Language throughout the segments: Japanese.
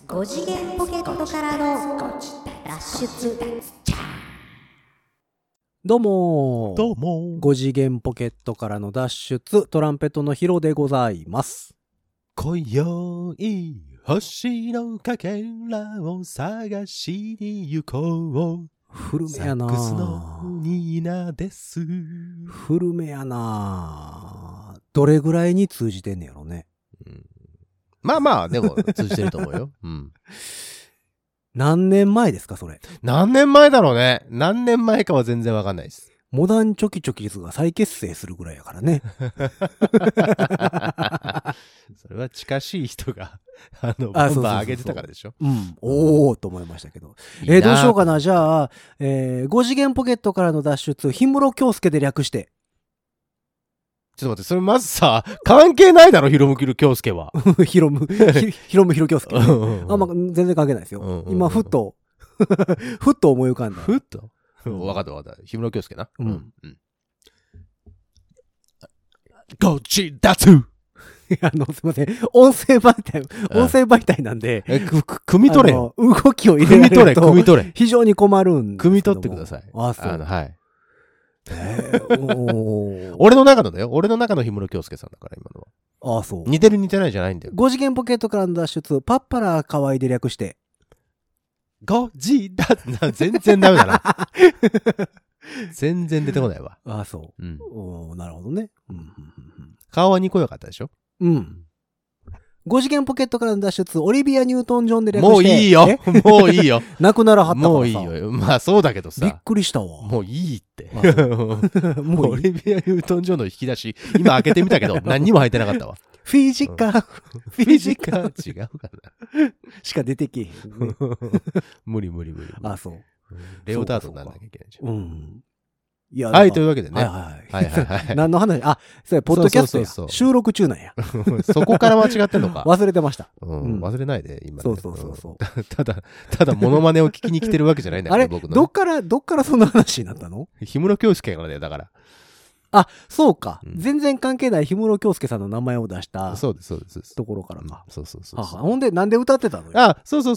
5次元ポケットからの脱出。 どうも 5 次元ポケットからの脱出、トランペットのヒロでございます。 今宵星のかけらを探しに行こう。 古めやなサックスのニーナです。 古めやなどれぐらいに通じてんねやろね。 まあまあでも通じてると思うよ。 何年前ですかそれ。 何年前だろうね。何年前かは全然わかんないです。 モダンチョキチョキズが再結成するぐらいやからね。 それは近しい人がバンバン上げてたからでしょ。 おーと思いましたけど。 いいなどうしようかな。じゃあ、5次元ポケットからの脱出、氷室京介で略して。 ちょっと待って、それまずさ、関係ないだろ、ヒロムキル京介は。 ヒロム京介。まあ、全然関係ないですよ。今、ふっと思い浮かんだ。 ふっとわかった。氷室京介な。ゴチダツすいません。音声媒体なんで。 組み取れよ。 動きを入れられると。 組み取れ。 非常に困るんですけども。 組み取ってください。 あ、そう。 はい。俺の中のだよ。俺の中の氷室京介さんだから、今のは。 あ、そう。 似てる似てないじゃないんだよ。 5次元ポケットからの脱出、パッパラー可愛いで略して。 ゴジダツ。全然ダメだな。全然出てこないわ。 あ、そう。なるほどね。 顔は2個良かったでしょ。 5次元ポケットからの脱出、オリビア・ニュートン・ジョンで略して。 もういいよ。もういいよ。 亡くならはったからさ。 もういいよ。まあそうだけどさ。 びっくりしたわ。 もういいって。 もうオリビア・ニュートン・ジョンの引き出し、今開けてみたけど、何にも入ってなかったわ。 フィジカ。 フィジカ違うかな。 しか出てけへん。 無理。 あ、そう。 レオタードにならなきゃいけないじゃん。 いや、 はい、というわけでね。 はい。何の話？あ、それ、ポッドキャストや。収録中なんや。 そこから間違ってんのか。 忘れてました。 忘れないで、今。 そう。 ただ、モノマネを聞きに来てるわけじゃないんだから、僕の。 どっからそんな話になったの？ 氷室京介からだよ、だから。 あ、そうか。全然関係ない氷室京介さんの名前を出した。 そうです。 ところからか。 そう。 ほんで、なんで歌ってたのよ。 あ、そう。こ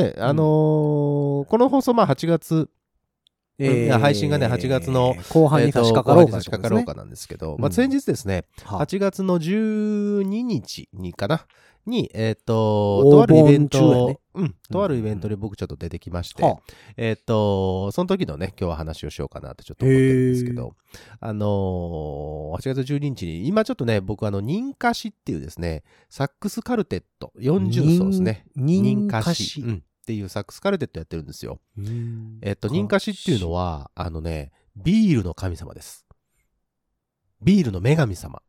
の放送、8月、配信がね、8月の後半に差し掛かろうかなんですけど、先日ですね、8月の12日にかな、に、とあるイベント、とあるイベントで僕ちょっと出てきまして、その時のね、今日は話をしようかなってちょっと思ってるんですけど、8月12日に、今ちょっとね、僕認可師っていうですね、サックスカルテット40奏ですね。 認可師。 っていうサックスカルテットやってるんですよ。認可師っていうのは、ビールの神様です。ビールの女神様。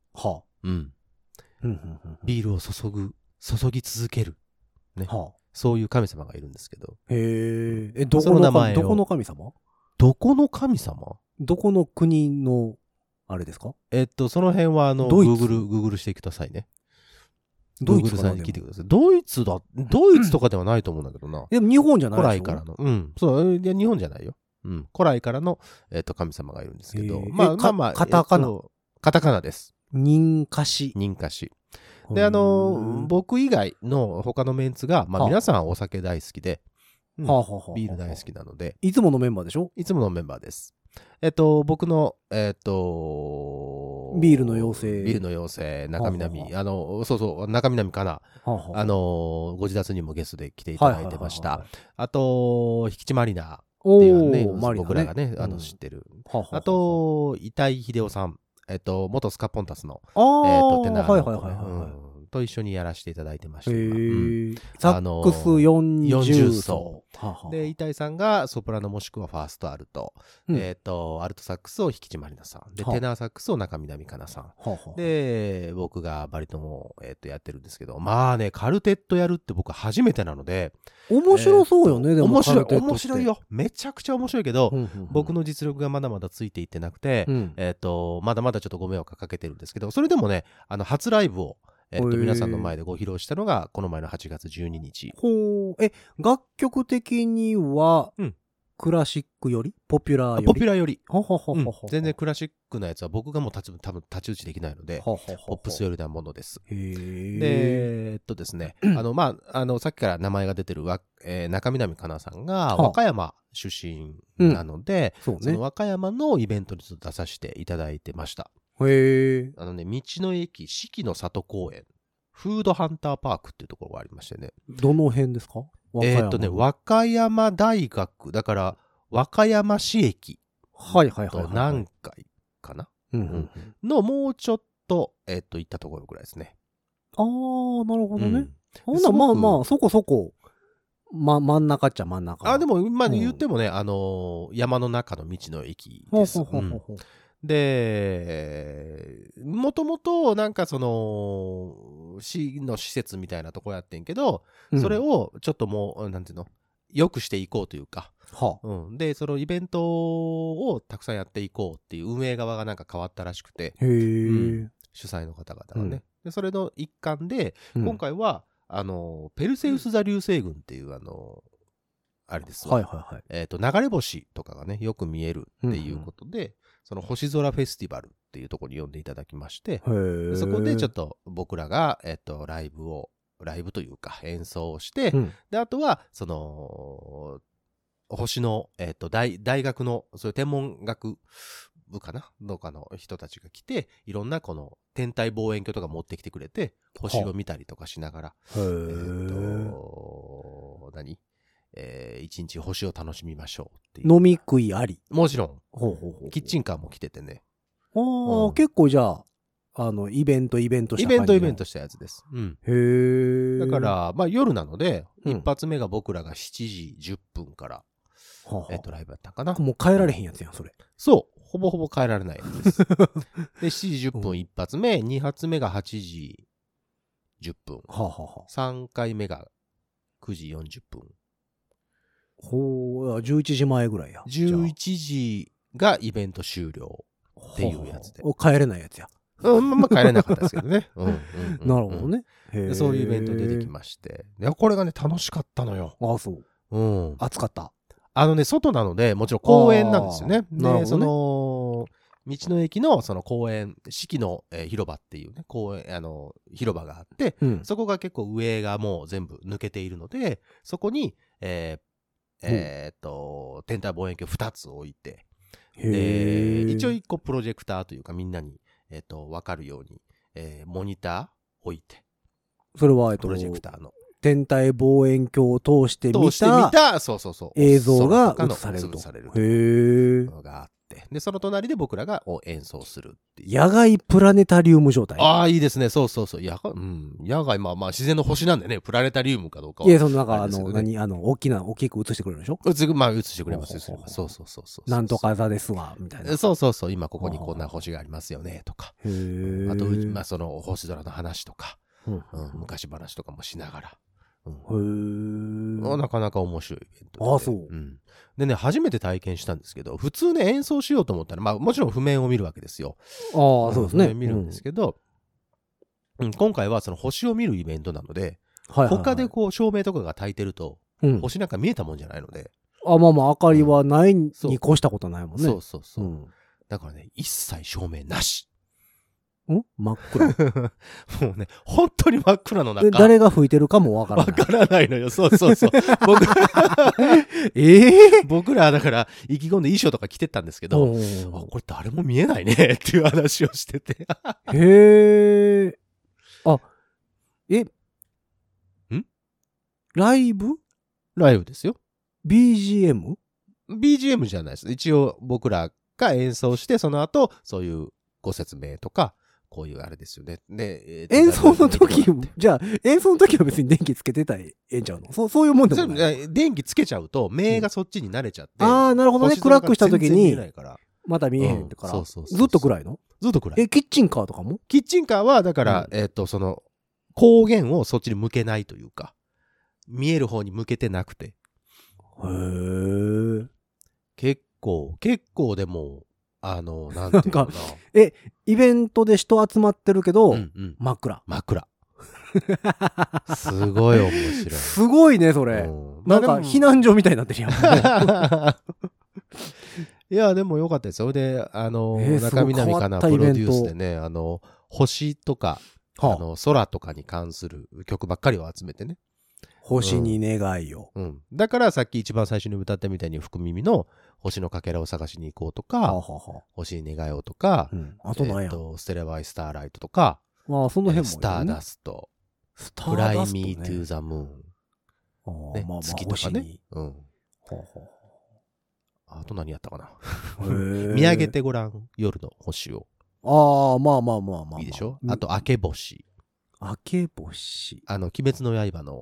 ビールを注ぎ続ける。ね。そういう神様がいるんですけど。 どこの神様？ どこの神様？ どこの国の、あれですか？ その辺は、グーグルしてくださいね。ドイツさんに聞いてください。ドイツとかではないと思うんだけどな。 でも日本じゃないでしょ？古来からの。そう、いや日本じゃないよ。古来からの、神様がいるんですけど。まあ。 カタカナ。 カタカナです。 認可師。 で、僕以外の他のメンツが、皆さんお酒大好きで、ビール大好きなので。 いつものメンバーでしょ？ いつものメンバーです。僕の、 ビールの妖精、 中南、中南かな。ご自宅にもゲストで来ていただいてました。あと、引地マリナっていうね、僕らがね、知ってる。あと、遺体秀夫さん、元スカポンタスの、テナーのと一緒にやらせていただいてました。 サックス40奏。 で、遺体さんがソプラノもしくはファーストアルト。アルトサックスを引地まりなさん。で、テナーサックスを中南かなさん。で、僕がバリトンをやってるんですけど、まあね、カルテットやるって僕初めてなので。 面白そうよね、でも。 面白いよ。めちゃくちゃ面白いけど、僕の実力がまだまだついていってなくて、まだまだちょっとご迷惑かけてるんですけど、それでもね、初ライブを、皆さんの前でご披露したのが、この前の8月12日。 楽曲的には、 クラシックよりポピュラーよりポピュラーより。 ほほほほほ。 全然クラシックなやつは僕がもう多分太刀打ちできないので、ポップス寄りなものです。で、ですね、さっきから名前が出てる中南かなさんが和歌山出身なので、その和歌山のイベントに出させていただいてました。道の駅四季の里公園、フードハンターパークっていうところがありましてね。 どの辺ですか？ 和歌山大学、だから和歌山市駅と南海かなのもうちょっと、行ったところぐらいですね。 あー、なるほどね。まあ、そこそこ、真ん中っちゃ真ん中。 でも、言ってもね、山の中の道の駅です。で、もともとなんかその、市の施設みたいなとこやってんけど、それをちょっともう、なんていうの、良くしていこうというか、で、そのイベントをたくさんやっていこうっていう運営側がなんか変わったらしくて、主催の方々がね。で、それの一環で、今回は、ペルセウス座流星群っていうあれですわ。流れ星とかがね、よく見えるっていうことで、その星空フェスティバルっていうところに呼んでいただきまして、そこでちょっと僕らが、ライブというか演奏をして、で、あとは、その、星の、大学の、そういう天文学部かなどうかの人たちが来て、いろんなこの天体望遠鏡とか持ってきてくれて、星を見たりとかしながら、一日星を楽しみましょうっていう。 飲み食いあり。 もちろん。キッチンカーも来ててね。 結構じゃあ、イベントした感じ。 イベントしたやつです。だから、夜なので、一発目が僕らが7時10分から、ライブやったかな。 もう帰られへんやつやん、それ。 そう。ほぼほぼ帰られないやつです。で、7時10分一発目、2発目が8時10分。3回目が9時40分。 11時前ぐらいや。 11時がイベント終了っていうやつで。 帰れないやつや。 帰れなかったですけどね。 なるほどね。 そういうイベント出てきまして。これがね、楽しかったのよ。 そう。暑かった。 外なので、もちろん公園なんですよね。で、その、道の駅のその公園、四季の広場っていうね、公園、広場があって、そこが結構上がもう全部抜けているので、そこに、天体望遠鏡2つ置いて、で、一応1個プロジェクターというかみんなに、わかるように、モニター置いて。 それは、 プロジェクターの。 天体望遠鏡を通して見た映像が映されると。 のがあって。で、その隣で僕らが演奏するっていう。 野外プラネタリウム状態。 いいですね。そう。野外、自然の星なんでね、プラネタリウムかどうかは。 いや、そのなんか、大きく映してくれるでしょ？ 映してくれます。そう。 なんとか座ですわ、みたいな。 そう。今ここにこんな星がありますよね、とか。あと、その星空の話とか、昔話とかもしながら。なかなか面白いイベントで。 そう。 でね、初めて体験したんですけど、普通ね、演奏しようと思ったら、もちろん譜面を見るわけですよ。 そうですね。 譜面見るんですけど、今回はその星を見るイベントなので、他でこう照明とかが焚いてると、星なんか見えたもんじゃないので。 明かりはないに越したことないもんね。 そう。だからね、一切照明なし。 真っ暗。 もうね、本当に真っ暗の中。 誰が吹いてるかもわからない。 わからないのよ。そう。僕らだから意気込んで衣装とか着てったんですけど、これ誰も見えないねっていう話をしてて。ライブですよ。BGM じゃないです。一応僕らが演奏して、その後、そういうご説明とか、こういうあれですよね。で、 演奏の時は別に電気つけてたらええんちゃうの？そういうもんでもない。 電気つけちゃうと、目がそっちに慣れちゃって。 なるほどね。暗くした時に、また見えへんから。ずっと暗いの？ ずっと暗い。 キッチンカーとかも？ キッチンカーは、だから、その、光源をそっちに向けないというか、見える方に向けてなくて。結構でも、なんていうのかな。 イベントで人集まってるけど、真っ暗。 真っ暗。 すごい面白い。 すごいね、それ。なんか、避難所みたいになってるやん。 いや、でもよかったですよ。で、中南かな、プロデュースでね、星とか、空とかに関する曲ばっかりを集めてね。 星に願いを。 だからさっき一番最初に歌ったみたいに福耳の星のかけらを探しに行こうとか、星に願いをとか、 あと何やステレバイスターライトとか、 その辺もスターダスト、フライミートゥーザムーン、月とかね。あと何やったかな。見上げてごらん、夜の星を。いいでしょ。あと、明け星。 明け星。 鬼滅の刃の。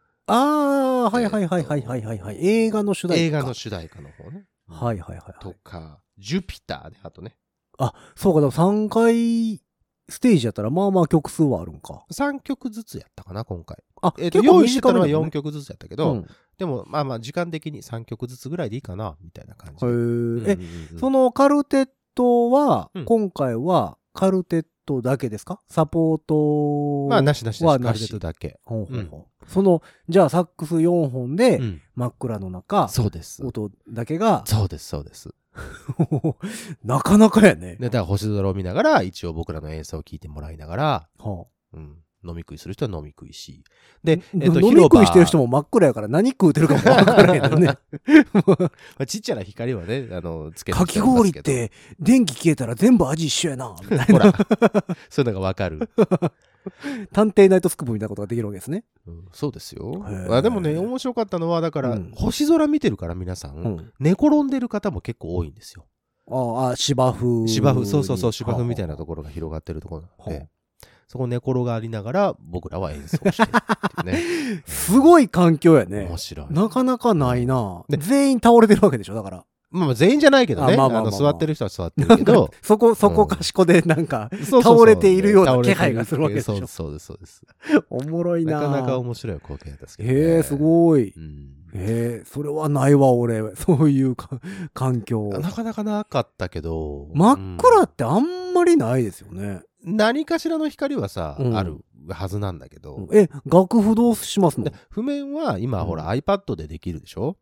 はい。映画の主題歌。 映画の主題歌の方ね。 はい。 とか、ジュピターで、あとね。 そうか、でも3回ステージやったら、まあまあ曲数はあるんか。 3曲ずつやったかな、今回。 結構用意してたのは4曲ずつやったけど、でも、まあまあ、時間的に3曲ずつぐらいでいいかな、みたいな感じ。 そのカルテットは、今回はカルテットだけですか？サポートはなし。カルテットだけ。 じゃあサックス4本で、真っ暗の中、 そうです。 音だけが。 そうです。 なかなかやね。 だから星空を見ながら、一応僕らの演奏を聞いてもらいながら、飲み食いする人は飲み食いし。で、 飲み食いしてる人も真っ暗やから何食うてるかもわからへんのね。 ちっちゃな光はね、つけてかき氷って電気消えたら全部味一緒やな、みたいな。 ほら、そういうのがわかる。 探偵ナイトスクープみたいなことができるわけですね。 そうですよ。でもね、面白かったのは、だから、星空見てるから皆さん、寝転んでる方も結構多いんですよ。 芝生。 そう、芝生みたいなところが広がってるところなので。そこ寝転がりながら僕らは演奏してるっていうね。 すごい環境やね。 面白い。 なかなかないな。全員倒れてるわけでしょ、だから。 まあ全員じゃないけどね。座ってる人は座ってるけど。 そこかしこでなんか、倒れているような気配がするわけでしょ。 そうです。 おもろいな。 なかなか面白い光景ですけどね。 すごい。それはないわ、俺。そういう環境。 なかなかなかったけど。 真っ暗ってあんまりないですよね。 何かしらの光はさ、あるはずなんだけど。 楽譜どうしますの？ 譜面は今、ほら iPad でできるでしょ？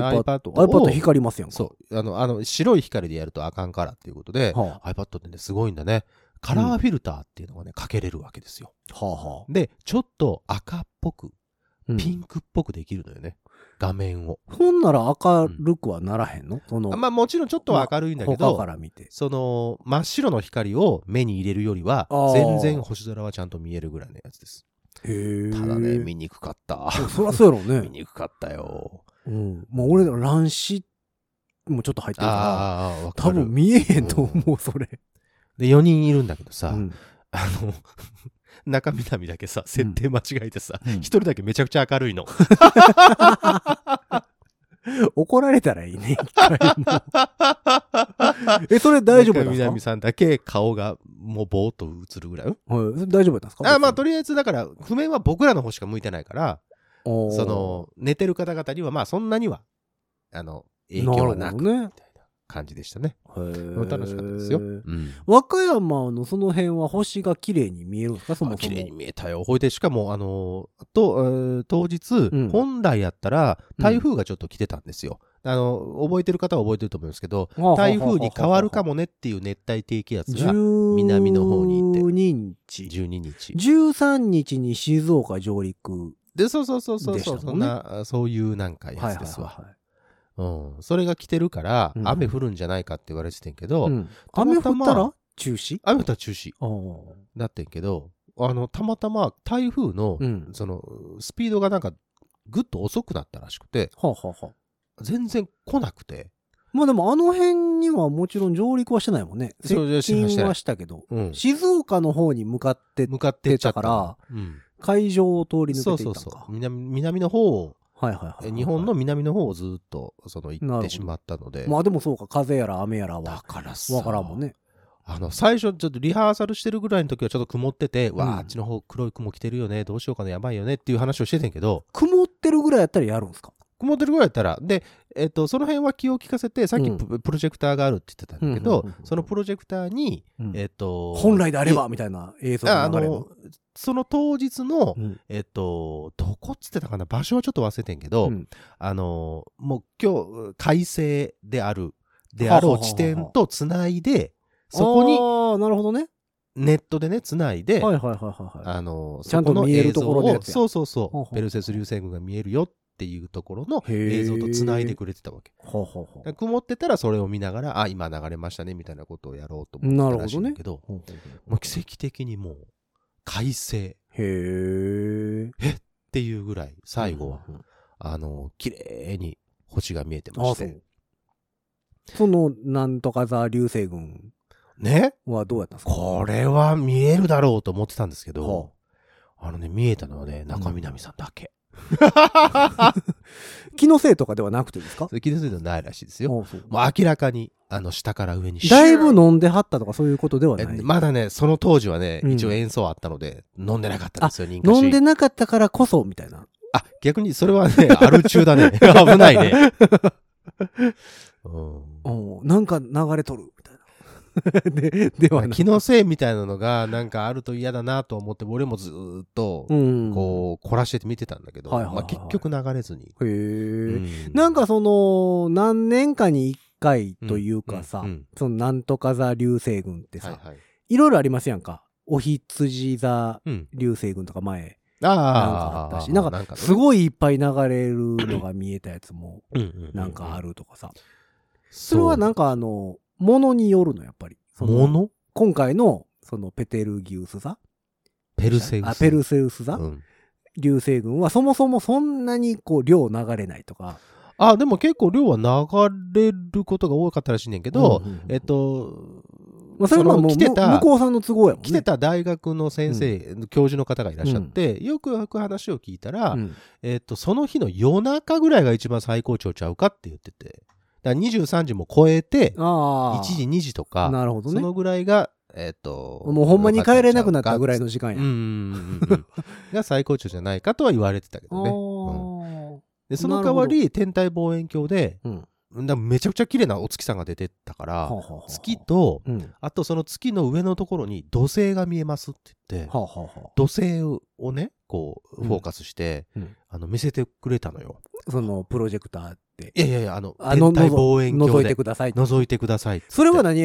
iPad 光りますやんか。 そう。白い光でやるとあかんからっていうことで、iPad ってね、すごいんだね。カラーフィルターっていうのがね、かけれるわけですよ。で、ちょっと赤っぽく、ピンクっぽくできるのよね。画面を。 ほんなら明るくはならへんの？ まあもちろんちょっとは明るいんだけど、 他から見て。 真っ白の光を目に入れるよりは、全然星空はちゃんと見えるぐらいのやつです。ただね、見にくかった。 そりゃそうやろうね。 見にくかったよ。 まあ俺ら乱視もちょっと入ってるから、多分見えへんと思う、それ。 で、4人いるんだけどさ、中南だけさ、設定間違えてさ、一人だけめちゃくちゃ明るいの。 怒られたらいいね、一回も。それ大丈夫ですか？ 中南さんだけ顔がもうぼーっと映るぐらい。 大丈夫ですか？ まあとりあえずだから、譜面は僕らの方しか向いてないから、寝てる方々にはまあそんなには、影響はなく、みたいな感じでしたね。楽しかったですよ。 和歌山のその辺は星が綺麗に見えるんですか？そもそも。 綺麗に見えたよ。ほいで、しかも、当日、本来やったら、台風がちょっと来てたんですよ。覚えてる方は覚えてると思いますけど、台風に変わるかもねっていう熱帯低気圧が南の方にいて。12日。 13日に静岡上陸。 で、そう。そういうなんかやつですわ。それが来てるから、雨降るんじゃないかって言われててんけど、 雨降ったら中止？ 雨降ったら中止。だってんけど、たまたま台風の、スピードがなんか、ぐっと遅くなったらしくて、全然来なくて。 まあでも辺にはもちろん上陸はしてないもんね。接近はしたけど、静岡の方に向かってっちゃったから、海上を通り抜けていったんか。 南の方を、日本の南の方をずっと行ってしまったので。 まあでもそうか、風やら雨やらはだからさわからんもんね。 最初ちょっとリハーサルしてるぐらいの時はちょっと曇ってて、あっちの方黒い雲来てるよね、どうしようかな、やばいよねっていう話をしててんけど。 曇ってるぐらいやったらやるんですか？ 曇ってるぐらいやったら。で、その辺は気を利かせて、さっきプロジェクターがあるって言ってたんだけど、そのプロジェクターに、 本来であればみたいな映像が流れるの？ その当日の、どこっつってたかな、場所はちょっと忘れてんけど、もう今日、快晴であろう地点とつないで、そこに、 なるほどね。 ネットでね、つないで、 ちゃんと見えるところで、 そう、ペルセウス流星群が見えるよっていうところの映像とつないでくれてたわけ。曇ってたらそれを見ながら、あ、今流れましたね、みたいなことをやろうと思ってたらしいんだけど、もう奇跡的にもう、快晴。っていうぐらい、最後は、綺麗に星が見えてまして。 その、なんとか座流星群。 ねはどうやったんですか？ これは見えるだろうと思ってたんですけど、見えたのはね、中南さんだけ。 気のせいとかではなくてですか？ 気のせいではないらしいですよ。もう明らかに、下から上にだいぶ飲んではったとかそういうことではない？ まだね、その当時はね、一応演奏あったので、飲んでなかったんですよ、 飲んでなかったからこそ、みたいな。 あ、逆にそれはね、アル中だね。危ないね。 なんか流れとる、みたいな。では気のせいみたいなのがなんかあると嫌だなと思って俺もずっとこう凝らしてて見てたんだけど、結局流れずに。 なんかその何年かに一回というかさ、そのなんとか座流星群ってさ、いろいろありますやんか。お羊座流星群とか前なんかあったし、なんかすごいいっぱい流れるのが見えたやつもなんかあるとかさ。それはなんかものによるの、やっぱり。 もの？ 今回の、そのペテルギウス座？ ペルセウス。 ペルセウス座？流星群はそもそもそんなにこう量流れないとか。 でも結構量は流れることが多かったらしいねんけど、 それはもう向こうさんの都合やもんね。 来てた大学の先生、教授の方がいらっしゃって、よく話を聞いたら、その日の夜中ぐらいが一番最高潮ちゃうかって言ってて。23時も超えて、1時、2時とか、 なるほどね、 そのぐらいが、 もうほんまに帰れなくなったぐらいの時間や。 が最高潮じゃないかとは言われてたけどね。でその代わり、天体望遠鏡で、めちゃくちゃ綺麗なお月さんが出てたから、月と、あとその月の上のところに土星が見えますって言って、土星をね、こう、フォーカスして、見せてくれたのよ。 そのプロジェクターって。 いや、天体望遠鏡で。 覗いてください。 覗いてください。 それは何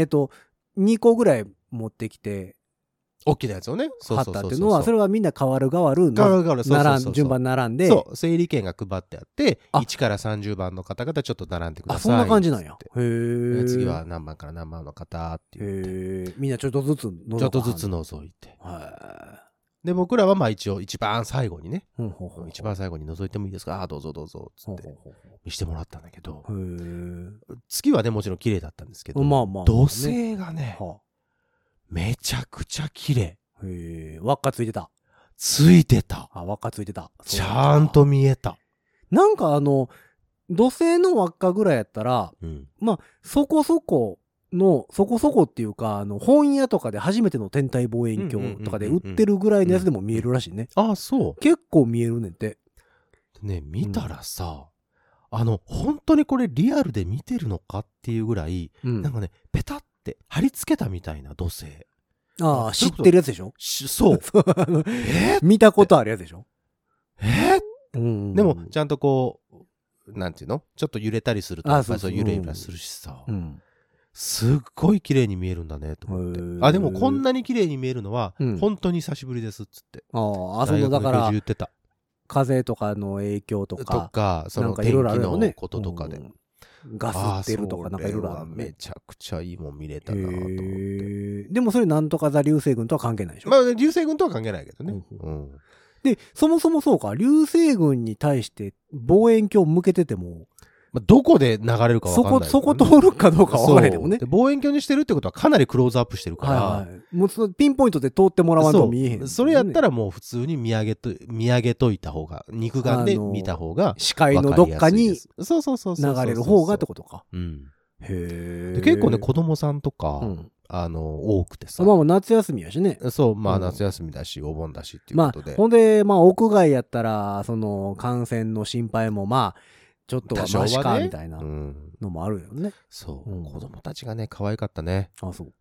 2個ぐらい持ってきて、 大きなやつをね。 貼ったっていうのは、それはみんな変わる順番並んで。 そう、整理券が配ってあって、1から30番の方々ちょっと並んでください。 そんな感じなんや。 次は何番から何番の方って言って。 みんなちょっとずつ覗いて。で、僕らはまあ一応一番最後にね、一番最後に覗いてもいいですか？どうぞどうぞ、つって見してもらったんだけど、月はね、もちろん綺麗だったんですけど、土星がね、めちゃくちゃ綺麗。 輪っかついてた。 ついてた。 輪っかついてた。 ちゃんと見えた。 なんか土星の輪っかぐらいやったら、まあ、そこそこっていうか、本屋とかで初めての天体望遠鏡とかで売ってるぐらいのやつでも見えるらしいね。 そう。 結構見えるねんて。 ね、見たらさ、本当にこれリアルで見てるのかっていうぐらい、なんかね、ペタって貼り付けたみたいな土星。 知ってるやつでしょ？ そう。 見たことあるやつでしょ？ でも、ちゃんとこう、なんていうの？ちょっと揺れたりすると、やっぱりそう揺れ揺れするしさ。すっごい綺麗に見えるんだねと思って。でもこんなに綺麗に見えるのは本当に久しぶりですっつって。 だから言ってた。 風とかの影響とかその天気のこととかで。 ガスってるとかなんかいろいろある。 めちゃくちゃいいもん見れたなと思って。 でもそれなんとか座流星群とは関係ないでしょ？ まあ流星群とは関係ないけどね。 で、そもそもそうか、流星群に対して望遠鏡向けてても、 どこで流れるか分かんない、 そこ通るかどうか分からないでもね。 望遠鏡にしてるってことはかなりクローズアップしてるから。 もうピンポイントで通ってもらわんと見えへん、 それやったらもう普通に見上げといた方が、肉眼で見た方が。 視界のどっかに流れる方がってことか。 結構ね、子供さんとか、多くてさ。 夏休みやしね。 そう、夏休みだし、お盆だしっていうことで。 ほんで、屋外やったら、感染の心配もちょっとはマシかみたいなのもあるよね。 そう、子供たちがね可愛かったね。 あ、そう。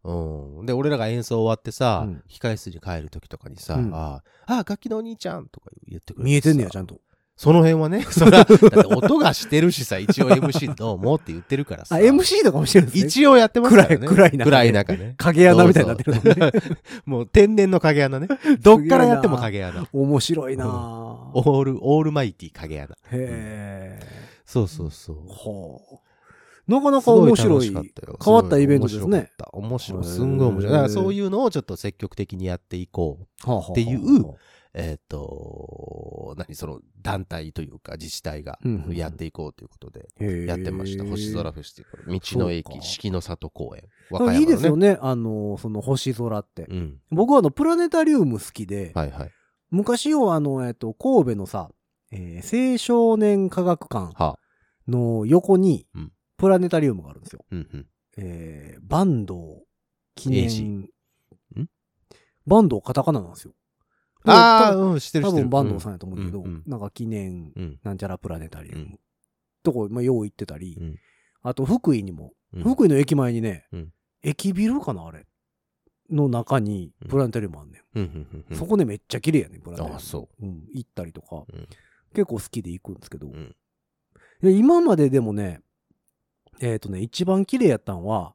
で俺らが演奏終わってさ、控室に帰る時とかにさ、楽器のお兄ちゃんとか言ってくれる。 見えてんねやちゃんと。 その辺はね、そらだって音がしてるしさ、一応 MC どうもって言ってるからさ。 MC とかもしてるんですね。 一応やってますからね。 暗い中ね。影穴みたいになってるのね。 もう天然の影穴ね。どっからやっても影穴。 面白いなオールマイティ影穴。 へー。 そうそうそう。 はあ。なかなか面白い。変わったイベントですね。 面白い。すんごい面白い。だからそういうのをちょっと積極的にやっていこうっていう、その団体というか自治体がやっていこうということでやってました。星空フェスティバル。道の駅、四季の里公園。和歌山のね。いいですよね。その星空って。僕はプラネタリウム好きで、昔を神戸のさ、青少年科学館の横にプラネタリウムがあるんですよ。坂東記念。坂東カタカナなんですよ。 知ってる。 多分坂東さんやと思うけど、なんか記念なんちゃらプラネタリウムとこよう行ってたり、あと福井にも、福井の駅前にね、駅ビルかなあれの中にプラネタリウムあんねん。そこねめっちゃ綺麗やねんプラネタリウム。あ、そう。行ったりとか結構好きで行くんですけど、今まででもね一番綺麗やったんは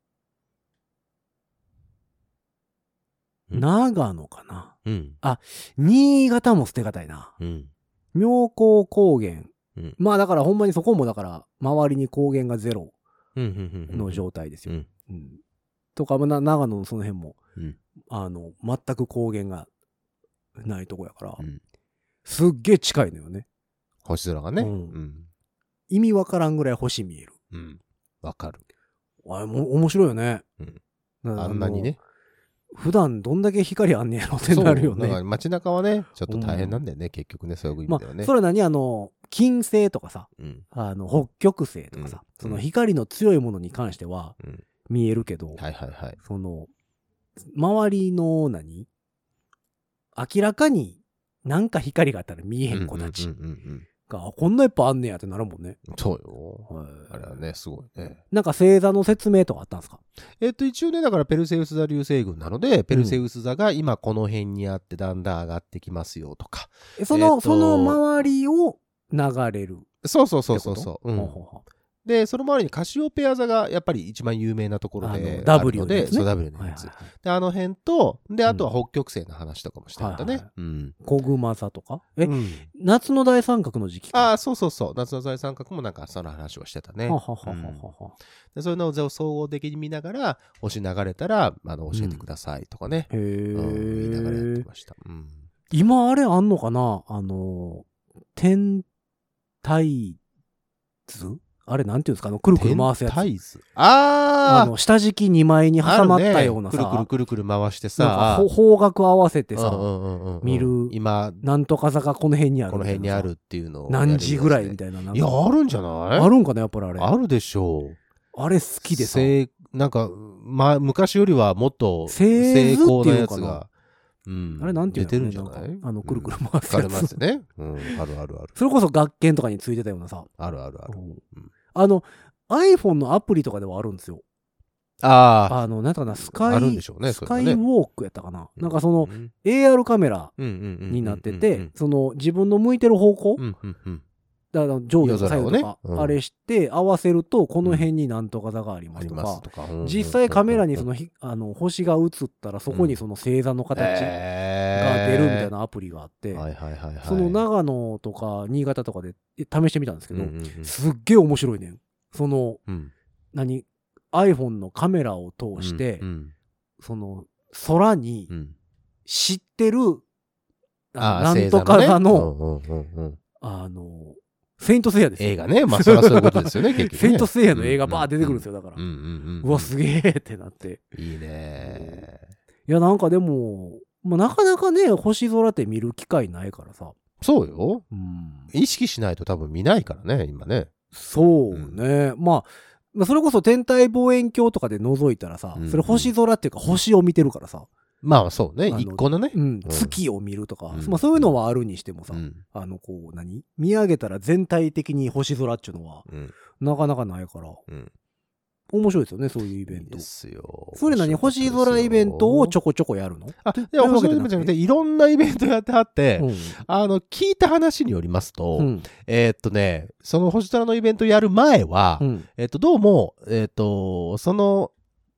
長野かな。新潟も捨てがたいな。妙高高原。まあだからほんまにそこもだから周りに高原がゼロの状態ですよ。とか長野のその辺も全く高原がないとこやから、すっげえ近いのよね。 星空がね。 意味わからんぐらい星見える。 わかる。 面白いよね。 あんなにね。 普段どんだけ光あんねやろってなるよね。 街中はね、ちょっと大変なんだよね、結局ね、そういう意味ではね。 それは何金星とかさ、北極星とかさ、その光の強いものに関しては見えるけど、その、周りの明らかになんか光があったら見えへん子たちが、こんないっぱいあんねやってなるもんね。 そうよ。あれはね、すごいね。 なんか星座の説明とかあったんですか？ 一応ね、だからペルセウス座流星群なので、ペルセウス座が今この辺にあってだんだん上がってきますよとか。 その周りを流れる。 そう。で、その周りにカシオペア座がやっぱり一番有名なところで。 W のやつね。 そう、W のやつ。で、あの辺と、で、あとは北極星の話とかもしてたね。 小熊座とか夏の大三角の時期か。 そう。夏の大三角もなんかその話をしてたね。で、そういうのを総合的に見ながら、星流れたら、教えてくださいとかね。言いながらやってました。 今あれあんのかな天体図あれなんていうんですかくるくる回すやつ。 天体図。 下敷き2枚に挟まったようなさ。 くるくる回してさ。 方角合わせてさ、見る。 今、 なんとか座がこの辺にある。 この辺にあるっていうのを。 何時ぐらいみたいな。 いや、あるんじゃない？ あるんかなやっぱりあれ。 あるでしょう。 あれ好きでさ。 なんか、昔よりはもっと精巧なやつが。 あれなんていうの？ 出てるんじゃない？ くるくる回すやつ。 ますね。ある。 それこそ学研とかについてたようなさ。 ある。 iPhone のアプリとかではあるんですよ。なんだかな、スカイウォークやったかな。なんかその AR カメラになってて、その自分の向いてる方向、だから上下左右とか、あれして合わせると、この辺になんとか座がありますとか、実際カメラにその星が映ったら、そこにその星座の形が出るみたいなアプリがあって、その長野とか新潟とかで試してみたんですけど、すっげえ面白いねん。その、iPhone のカメラを通して、その空に知ってる、なんとか座の、セイントセイヤですよ。 映画ね。まあ、そりゃそういうことですよね、結局ね。 セイントセイヤの映画バー出てくるんですよ、だから。うわ、すげえってなって。 いいね。 いや、なんかでも、なかなかね、星空って見る機会ないからさ。 そうよ。意識しないと多分見ないからね、今ね。 そうね。まあ、それこそ天体望遠鏡とかで覗いたらさ、それ星空っていうか星を見てるからさ。 まあそうね、一個のね。 月を見るとか、まあそういうのはあるにしてもさ、こう見上げたら全体的に星空っていうのは、なかなかないから、面白いですよね、そういうイベント。 ですよ。 それ星空イベントをちょこちょこやるの？ いや、星空イベントじゃなくて、いろんなイベントやってはって、聞いた話によりますと、その星空のイベントやる前は、どうも、その、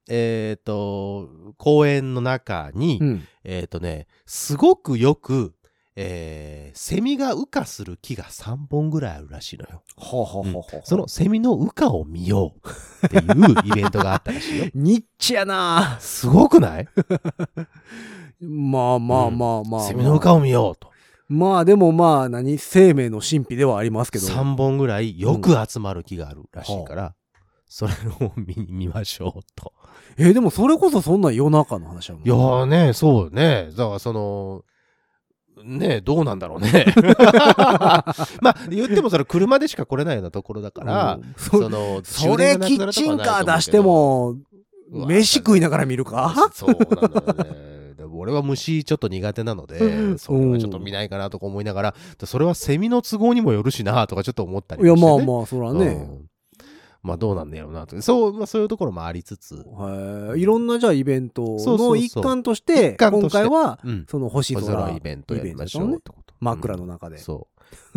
公園の中に、すごくよく、セミが羽化する木が3本ぐらいあるらしいのよ。そのセミの羽化を見ようっていうイベントがあったらしいよ。 ニッチやなぁ。 すごくない？ まあ。 セミの羽化を見ようと。 まあでも生命の神秘ではありますけど。 3本ぐらいよく集まる木があるらしいから、それを見ましょうと。 でもそれこそそんな夜中の話やもん。 いやーね、そうね。だからどうなんだろうね。まあ、言ってもそれ車でしか来れないようなところだから、それキッチンカー出しても、飯食いながら見るか？ そうなんだよね。俺は虫ちょっと苦手なので、それはちょっと見ないかなとか思いながら、それはセミの都合にもよるしなとかちょっと思ったりして、ね。 いや、まあ、そらね。 まあどうなんだろうなと。そういうところもありつつ。 いろんなじゃあイベントの一環として、今回は、その星空イベントやりましょうってこと。 枕の中で。 そう。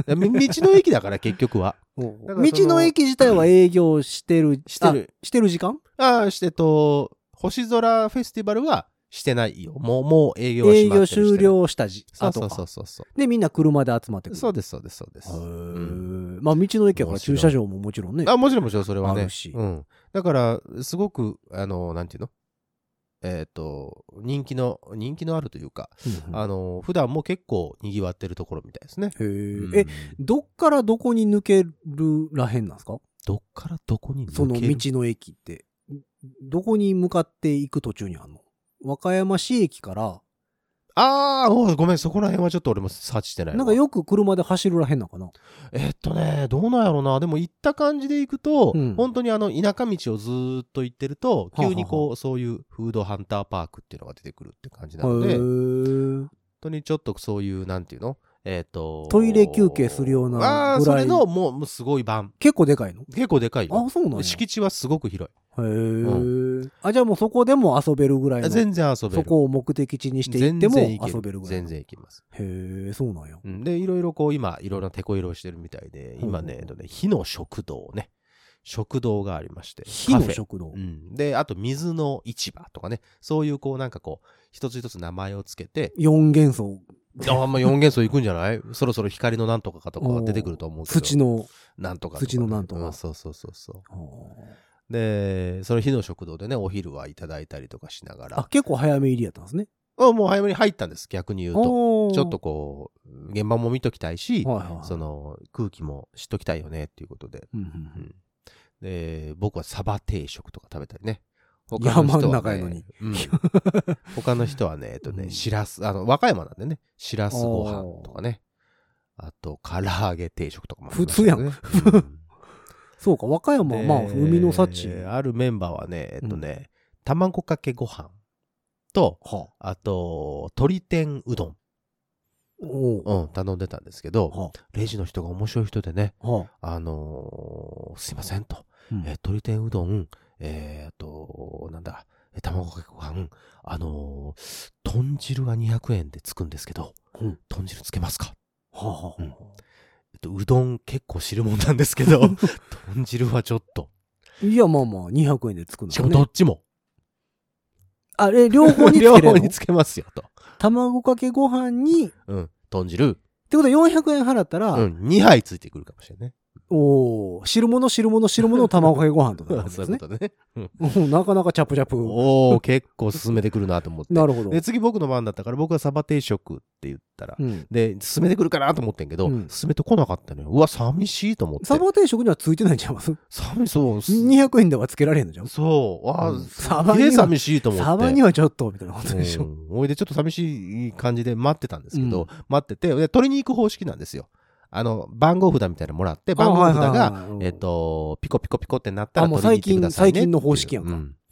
道の駅だから結局は。 道の駅自体は営業してる時間？ 星空フェスティバルはしてないよ。もう営業は閉まってる。 営業終了したそう。 で、みんな車で集まってくる。 そうです。 まあ、道の駅やから駐車場ももちろんね。 もちろん、それはね。 あるし。 だから、すごく、なんていうの？人気のあるというか、普段も結構賑わってるところみたいですね。 どっからどこに抜けるらへんなんですか？ どっからどこに抜ける？ その道の駅って、どこに向かっていく途中にあるの？和歌山市駅から。 ごめん、そこら辺はちょっと俺もサーチしてない。 なんかよく車で走るらへんのかな？ どうなんやろな。でも行った感じで行くと、本当に田舎道をずーっと行ってると、急にそういうフードハンターパークっていうのが出てくるって感じなので、本当にちょっとそういう、なんていうの？ トイレ休憩するようなぐらい。 それのもうすごい版。 結構でかいの？ 結構でかいよ。 そうなんや。 敷地はすごく広い。 じゃあもうそこでも遊べるぐらいの。 全然遊べる。 そこを目的地にして行っても遊べるぐらい。 全然行きます。 そうなんや。 で、いろいろ今、いろいろテコ入れをしてるみたいで、今ね、火の食堂ね。食堂がありまして。 火の食堂。 で、あと水の市場とかね。そういう一つ一つ名前をつけて。 4元素。 4元素行くんじゃない？そろそろ光のなんとかとかが出てくると思うけど。 土のなんとか。 土のなんとか。 そう。で、その日の食堂でね、お昼はいただいたりとかしながら。 結構早め入りやったんですね。 もう早めに入ったんです、逆に言うと。ちょっと現場も見ときたいし、その空気も知っときたいよねっていうことで。で、僕はサバ定食とか食べたりね。 山の中やのに。 他の人はね、しらす、和歌山なんでね、しらすご飯とかね。あと、唐揚げ定食とかも、 普通やん。そうか、和歌山はまあ、海の幸。 あるメンバーはね、卵かけご飯と、あと、鶏天うどん。頼んでたんですけど、レジの人が面白い人でね、すいませんと、鶏天うどん、卵かけご飯、豚汁が200円でつくんですけど、豚汁つけますか？うどん結構汁物なんですけど、豚汁はちょっと。 いや、まあ200円でつくんだね。 しかもどっちも。 両方につけるの？ 両方につけますよと。 卵かけご飯に、 豚汁。 ってことは400円払ったら、 2杯ついてくるかもしれないね。 汁物卵かけご飯とか、 そういうことね。 なかなかチャプチャプ。 結構進めてくるなと思って。 なるほど。 で、次僕の番だったから、僕はサバ定食って言ったら、で、進めてくるかなと思ってんけど、進めてこなかったのよ。うわ、寂しいと思って。 サバ定食にはついてないんちゃいます？ 寂しそう。 200円ではつけられへんのじゃん。 そう。サバに寂しいと思って。 サバにはちょっと、みたいなことでしょ。 おいでちょっと寂しい感じで待ってたんですけど、待ってて、取りに行く方式なんですよ。番号札みたいなのもらって、番号札が、ピコピコピコってなったら取りに行ってくださいね。 最近の方式やんか。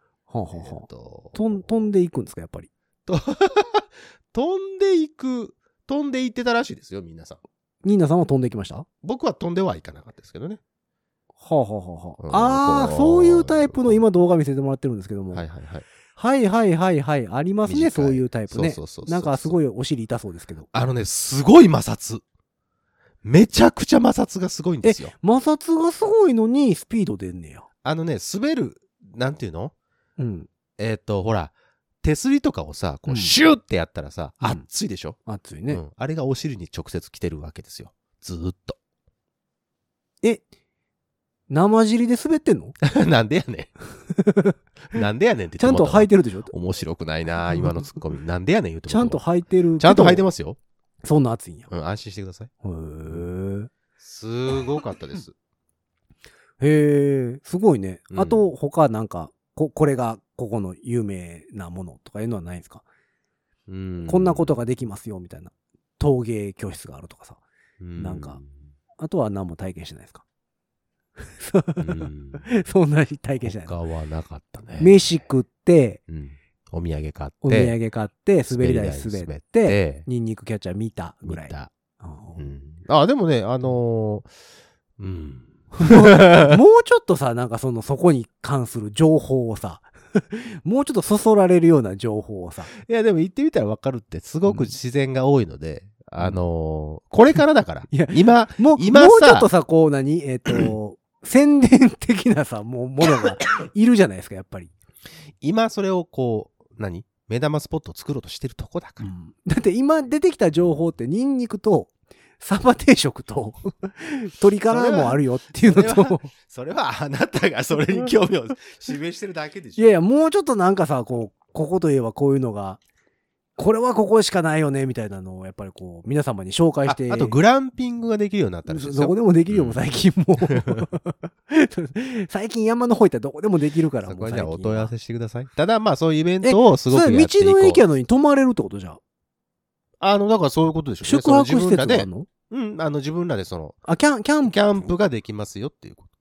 はあはあはあ、飛んでいくんですか、やっぱり。 飛んでいってたらしいですよ、みんなさん。 ニーナさんは飛んでいきました？ 僕は飛んではいかなかったですけどね。 はあはあはあ。ああ、そういうタイプの今動画見せてもらってるんですけども。 はいはいはい。 はいはいはいはい。ありますね、そういうタイプね。 そうなんかすごいお尻痛そうですけど。 すごい摩擦。めちゃくちゃ摩擦がすごいんですよ。 摩擦がすごいのにスピード出んねや。 滑る、なんていうの？ うん。 ほら、手すりとかをさ、こうシューってやったらさ、熱いでしょ？ 熱いね。 あれがお尻に直接来てるわけですよ。ずーっと。 生尻で滑ってんの？ なんでやねん。なんでやねんってちゃんと履いてるでしょ？ 面白くないな今のツッコミ。なんでやねん言うても。 ちゃんと履いてる。 ちゃんと履いてますよ。 そんな熱いんや。 安心してください。 へー。 すごかったです。 へー、すごいね。あと、他なんか、これがここの有名なものとかいうのはないんですか？こんなことができますよ、みたいな。陶芸教室があるとかさ。なんか、あとは何も体験してないですか？そんなに体験してない。 他はなかったね。 飯食って、 お土産買って、 滑り台滑って、ニンニクキャッチャー見たぐらい。 でもね、もうちょっとさ、なんかそこに関する情報をさ、もうちょっとそそられるような情報をさ。 いや、でも行ってみたらわかるって、すごく自然が多いので、これからだから。 いや、 今もうちょっとさ、こう宣伝的なさ、ものがいるじゃないですか、やっぱり。 今それを目玉スポットを作ろうとしてるとこだから。 だって今出てきた情報って、ニンニクと、サバ定食と、鶏からもあるよっていうのと。 それはあなたがそれに興味を示してるだけでしょ。 いやいや、もうちょっとなんかさ、ここといえばこういうのが、これはここしかないよね、みたいなのを、やっぱり皆様に紹介して。 あと、グランピングができるようになったらしいですよ。 どこでもできるよ、最近も。最近山の方行ったらどこでもできるから。 そこにじゃあお問い合わせしてください。ただ、まあそういうイベントをすごくやっていこう。 道の駅やのに泊まれるってことじゃん。 だからそういうことでしょうね。 宿泊施設があるの？ 自分らでキャンプができますよっていうこと。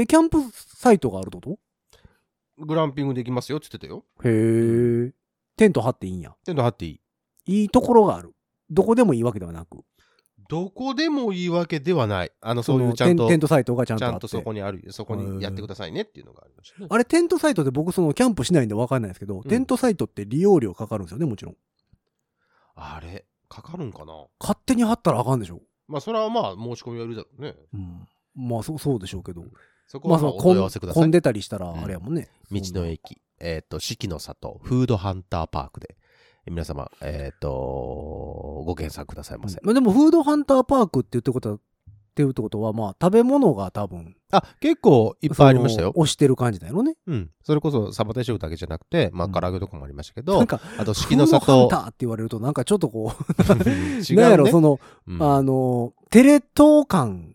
キャンプサイトがあるってこと？ グランピングできますよって言ってたよ。 へー。テント張っていいんや。 テント張っていい。 いいところがある。どこでもいいわけではなく。 どこでもいいわけではない。そういうちゃんと。 テントサイトがちゃんとあって。 ちゃんとそこにある。そこにやってくださいねっていうのがありましたね。 あれ、テントサイトで僕キャンプしないんで分かんないですけど、テントサイトって利用料かかるんですよね、もちろん。 あれかかるんかな？ 勝手に張ったらあかんでしょ。 まあ、それはまあ、申し込みはいるだろうね。 まあ、そうでしょうけど。 そこはお問い合わせください。 混んでたりしたら、あれやもんね。 道の駅、四季の里、フードハンターパークで、皆様、ご検索くださいませ。 でも、フードハンターパークって言ってことは、まあ、食べ物が多分。 結構いっぱいありましたよ。 推してる感じだよね。 それこそ、サバ定食だけじゃなくて、まあ、唐揚げとかもありましたけど、 なんか、 あと、四季の里。 フードハンターって言われると、なんかちょっとこう、 違うね。 なんやろ、テレ東感。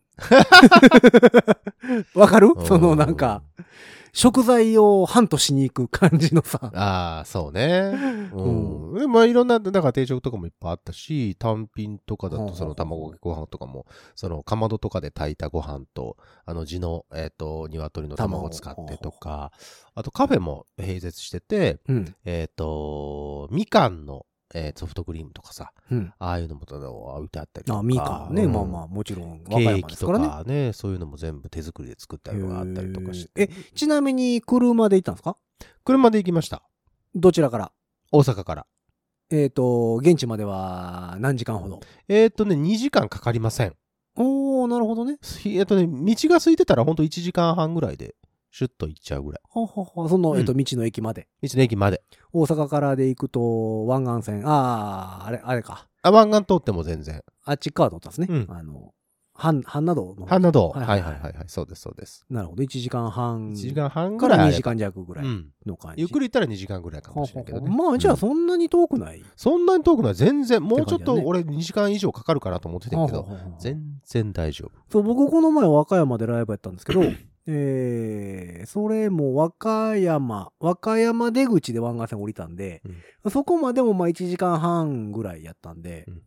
わかる？なんか、食材をハントしに行く感じのさ。 そうね。まあいろんな、だから定食とかもいっぱいあったし、単品とかだと卵かけご飯とかも、かまどとかで炊いたご飯と、地の、鶏の卵を使ってとか、あとカフェも併設してて、みかんの、ソフトクリームとかさ、ああいうのも置いてあったりとか。 みかんね、まあまあ、もちろん、 ケーキとかね、そういうのも全部手作りで作ったりがあったりとかして。 ちなみに車で行ったんですか？ 車で行きました。 どちらから？ 大阪から。 現地までは何時間ほど ？2時間かかりません。 おー、なるほどね。 道が空いてたらほんと1時間半ぐらいで。シュッと行っちゃうぐらい。 道の駅まで。 道の駅まで。 大阪からで行くと、湾岸線。あれか。 湾岸通っても全然。 あっち側通ったんですね。阪奈道の。 阪奈道。はい。そうです、そうです。 なるほど。1時間半。 1時間半ぐらい。から2時間弱ぐらいの感じ。 ゆっくり行ったら2時間ぐらいかもしれないけどね。 まあ、じゃあそんなに遠くない？ そんなに遠くない。全然。もうちょっと俺2時間以上かかるかなと思ってたけど、全然大丈夫。 そう、僕この前和歌山でライブやったんですけど、それも和歌山出口で湾岸線降りたんで、そこまでもまあ1時間半ぐらいやったんで、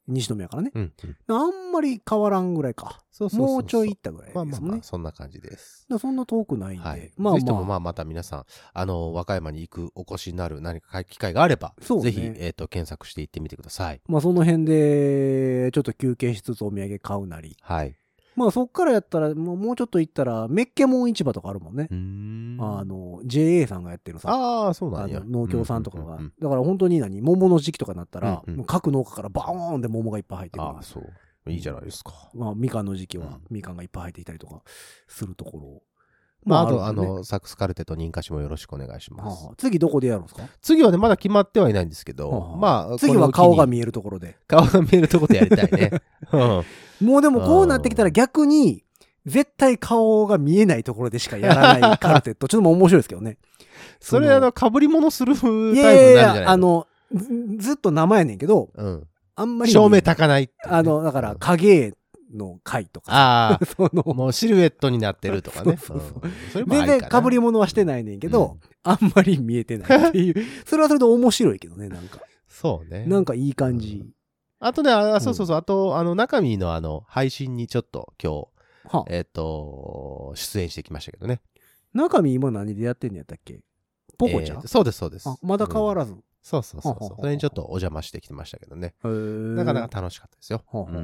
西宮からね。 うん。 あんまり変わらんぐらいか。 そうそうそうそう。 もうちょい行ったぐらいですもんね。 まあまあまあ、そんな感じです。 そんな遠くないんで。 はい。 まあぜひともまあ。 また皆さん、和歌山にお越しになる何か機会があれば、 そうねぜひ、検索して行ってみてください。 まあその辺で、ちょっと休憩しつつお土産買うなり。 はい。 まあそっからやったら、もうちょっと行ったら、メッケモン市場とかあるもんね。JA さんがやってるさ。 ああ、そうなんや。 農協さんとかが。だから本当に桃の時期とかになったら、各農家からバーンって桃がいっぱい入ってくる。 ああ、そう。いいじゃないですか。 まあみかんの時期は、みかんがいっぱい入ってきたりとかするところ。 まあ、あと、サックスカルテと認可しもよろしくお願いします。 次どこでやるんですか？ 次はね、まだ決まってはいないんですけど、まあ、 次は顔が見えるところで。 顔が見えるところでやりたいね。 もうでもこうなってきたら逆に、絶対顔が見えないところでしかやらないカルテット。ちょっとも面白いですけどね。 それ被り物するタイプになるじゃないですか。ずっと生やねんけど、あんまり。 照明たかない。 だから影の回とか。 ああ、もうシルエットになってるとかね。 全然被り物はしてないねんけど、あんまり見えてないっていう。それはそれで面白いけどね、なんか。 そうね。 なんかいい感じ。 あとね、そうそうそう、あと、中身の配信にちょっと今日、出演してきましたけどね。 中身今何でやってんのやったっけ？ポコちゃん？ そうです、そうです。 まだ変わらず。 そう。それにちょっとお邪魔してきてましたけどね。なかなか楽しかったですよ。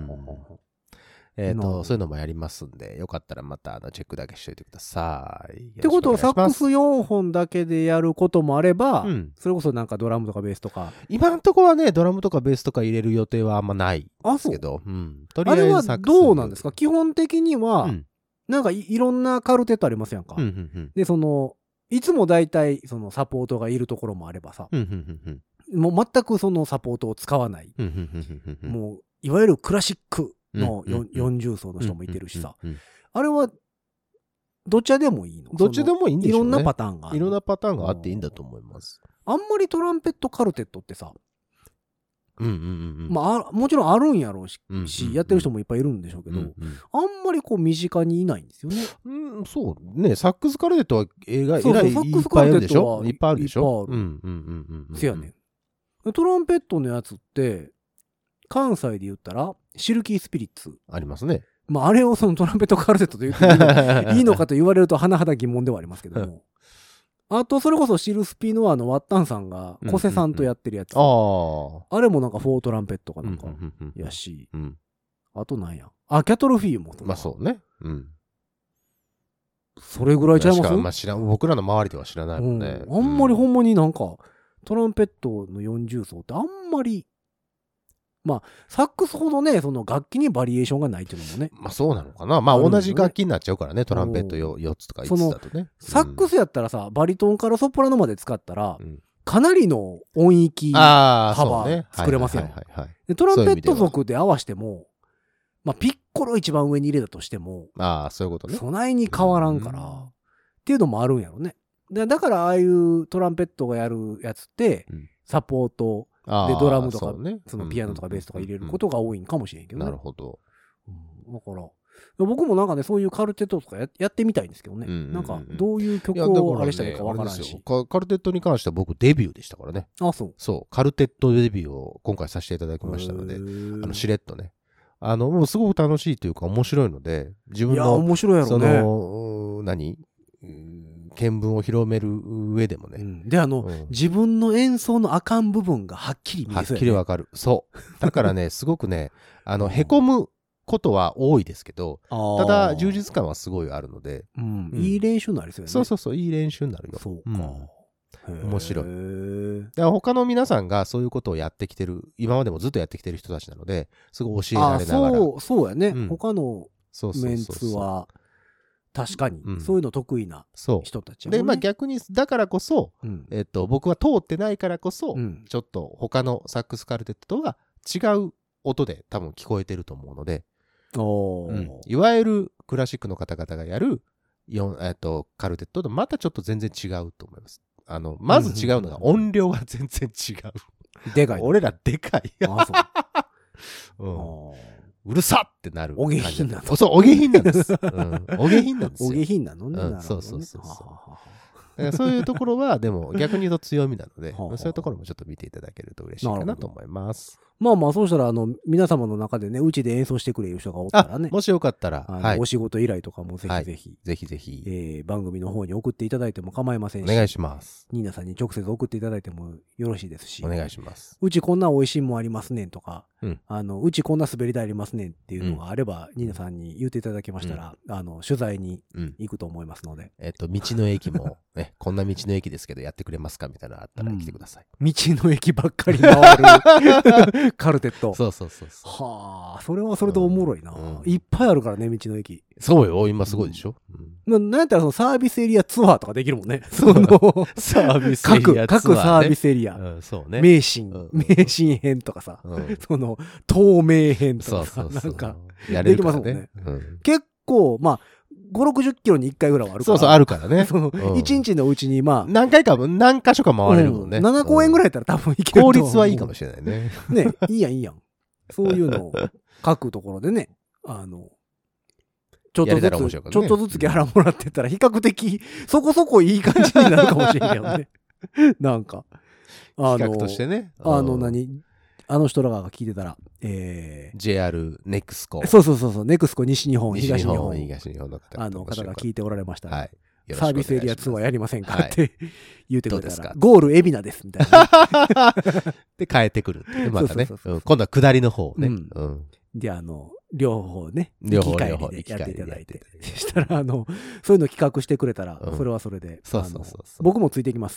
そういうのもやりますんで、よかったらまたチェックだけしといてください。 ってことは、サックス4本だけでやることもあれば、それこそなんかドラムとかベースとか。 今のところはね、ドラムとかベースとか入れる予定はあんまないですけど、とりあえずあれはどうなんですか？基本的には、なんかいろんなカルテットありますやんか。で、いつも大体サポートがいるところもあればさ、もう全くそのサポートを使わない。もう、いわゆるクラシックの40層の人もいてるしさ。あれは、どっちでもいいの？ どっちでもいいんでしょうね。 いろんなパターンがある。 いろんなパターンがあっていいんだと思います。 あんまりトランペットカルテットってさ、まあ、もちろんあるんやろうし、やってる人もいっぱいいるんでしょうけど、あんまり身近にいないんですよね。 そうね。サックスカルテットは映画いっぱいあるでしょ？いっぱいあるでしょ？ せやねん。トランペットのやつって、関西で言ったら、シルキースピリッツ。 ありますね。 まあ、あれをトランペットカルテットと言っていいのかと言われると、甚だ疑問ではありますけども。あと、それこそシルスピノアのワッタンさんが、コセさんとやってるやつ。あれもなんかフォートランペットかなんか、やし。あとなんや。キャトルフィーも。 まあそうね。 それぐらいちゃいます？ 僕らの周りでは知らないもんね。 あんまりほんまになんか、トランペットの40層ってあんまり、まあ、サックスほどね、楽器にバリエーションがないっていうのもね。 まあそうなのかな。まあ同じ楽器になっちゃうからね、トランペット4つとか5つだとね。 サックスやったらさ、バリトンからソプラノまで使ったら、かなりの音域、幅作れますよ。トランペット族で合わせても、まあピッコロ一番上に入れたとしても、 そういうことね。 そないに変わらんから、っていうのもあるんやろね。だからああいうトランペットがやるやつって、サポート、で、ドラムとか、ピアノとかベースとか入れることが多いんかもしれんけどね。 なるほど。 だから、僕もなんかね、そういうカルテットとかやってみたいんですけどね。なんか、どういう曲をあれしたらいいかわからんし。 カルテットに関しては僕デビューでしたからね。 そう。 そう。カルテットデビューを今回させていただきましたので、しれっとね。もうすごく楽しいというか面白いので、自分の、 面白いやろね。 見聞を広める上でもね。 で、自分の演奏のあかん部分がはっきり見えそうやね。 はっきりわかる。そう。だからね、すごくね、へこむことは多いですけど、ただ、充実感はすごいあるので。 いい練習になりそうやね。 そう、いい練習になるよ。 そうか。 面白い。だから他の皆さんがそういうことをやってきてる、今までもずっとやってきてる人たちなので、すごい教えられながら。 そうやね。他のメンツは、確かに、そういうの得意な人たち、 で、まあ逆に、だからこそ、僕は通ってないからこそ、ちょっと他のサックスカルテットとは違う音で多分聞こえてると思うので、いわゆるクラシックの方々がやる、カルテットとまたちょっと全然違うと思います。まず違うのが音量が全然違う。 でかい。 俺らでかい。うるさってなる。 お下品なの。 そう、お下品なんです。お下品なんですよ。 お下品なのね。 そう。そういうところは、でも逆に言うと強みなので、そういうところもちょっと見ていただけると嬉しいかなと思います。 まあまあ、そうしたら、皆様の中でね、うちで演奏してくれる人がおったらね。 もしよかったら、はい。 お仕事依頼とかもぜひぜひ。 ぜひぜひ。 番組の方に送っていただいても構いませんし。 お願いします。 ニーナさんに直接送っていただいてもよろしいですし。 お願いします。 うちこんな美味しいもんありますねんとか、うちこんな滑り台ありますねんっていうのがあれば、ニーナさんに言っていただけましたら、取材に行くと思いますので。 道の駅も、ね、こんな道の駅ですけどやってくれますかみたいなのあったら来てください。 道の駅ばっかり回るカルテット。 そう。 はあ、それはそれでおもろいな。いっぱいあるからね、道の駅。 そうよ、今すごいでしょ。 なんやったらそのサービスエリアツアーとかできるもんね。 サービスエリアツアー。 各サービスエリア。 そうね。 名神編とかさ、透明編とかさ、なんか、できますもんね。結構、まあ、5、60キロに1回ぐらいはあるから。 そう、あるからね。 1日のうちに、まあ。 何箇所か回れるもんね。 7公演ぐらいやったら多分いける。 効率はいいかもしれないね。 ね、いいやん。そういうのを、各ところでね、ちょっとずつギャラもらってたら、比較的、そこそこいい感じになるかもしれんけどね。なんか。 企画としてね。 あの人らが聞いてたら、 JR ネクスコ。 そう、ネクスコ西日本、東日本の方が聞いておられましたら、 はい。 サービスエリアツアーやりませんかって言ってくれたら、 どうですかゴール海老名です、みたいな。 で、帰ってくる。またね。今度は下りの方ね。 で、両方ね、 両方でやっていただいて。そしたら、そういうの企画してくれたら、それはそれで、僕もついてきます。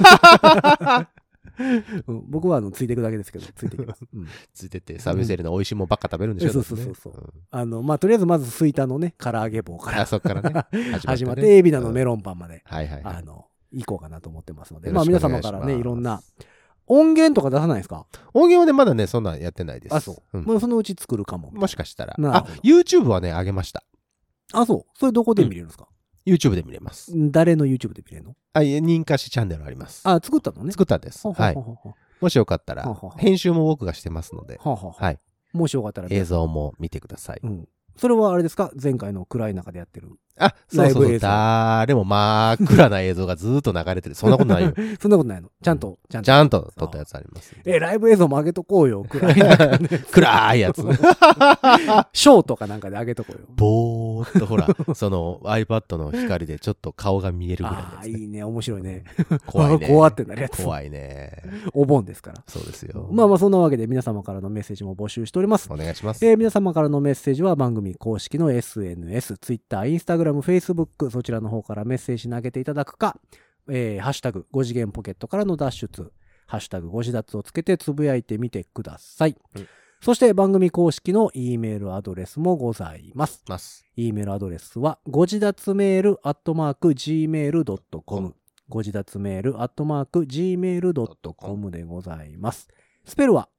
僕はついていくだけですけど、ついていきます。 ついてってサービスエリアの美味しいもんばっか食べるんでしょ。 そうまあとりあえずまず吹田のね唐揚げ棒からそっからね始まって海老名のメロンパンまで行こうかなと思ってますので、まあ皆様からねいろんな音源とか出さないですか？ 音源はねまだねそんなんやってないです。 そう。もうそのうち作るかも。 もしかしたら。YouTube はね上げました。 そう。それどこで見れるんですか ？YouTube で見れます。 誰の YouTube で見れるの？ 認可しチャンネルあります。 作ったのね。 作ったんです。はい。もしよかったら、編集も僕がしてますので、はい。 もしよかったら映像も見てください。 それはあれですか？前回の暗い中でやってる。 そう。誰も真っ暗な映像がずっと流れてる。そんなことないよ。 そんなことないの。ちゃんと撮ったやつあります。 ライブ映像も上げとこうよ。暗い中で。 暗いやつ。ショーとかなんかで上げとこうよ。 ぼーっとほら、その iPad の光でちょっと顔が見えるぐらいのやつ。 いいね。面白いね。 怖いね。 怖ってなるやつ。 怖いね。 お盆ですから。 そうですよ。 まあそんなわけで皆様からのメッセージも募集しております。 お願いします。 皆様からのメッセージは番組公式の SNS、Twitter、Instagram、Facebook、そちらの方からメッセージ投げていただくか、ハッシュタグ5次元ポケットからの脱出、ハッシュタグ5次脱をつけてつぶやいてみてください。そして番組公式の E メールアドレスもございます。E メールアドレスはご自脱メール@gmail.com ご自脱メール@gmail.com でございます。スペルは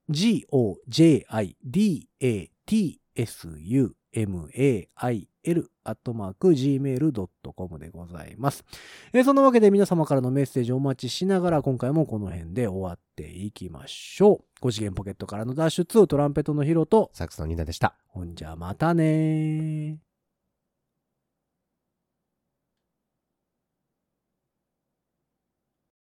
GOJIDATSUMAIL@gmail.com でございます。そのわけで皆様からのメッセージをお待ちしながら今回もこの辺で終わっていきましょう。5次元ポケットからの脱出、トランペットのヒロとサックスのニーナでした。 ほんじゃまたねー。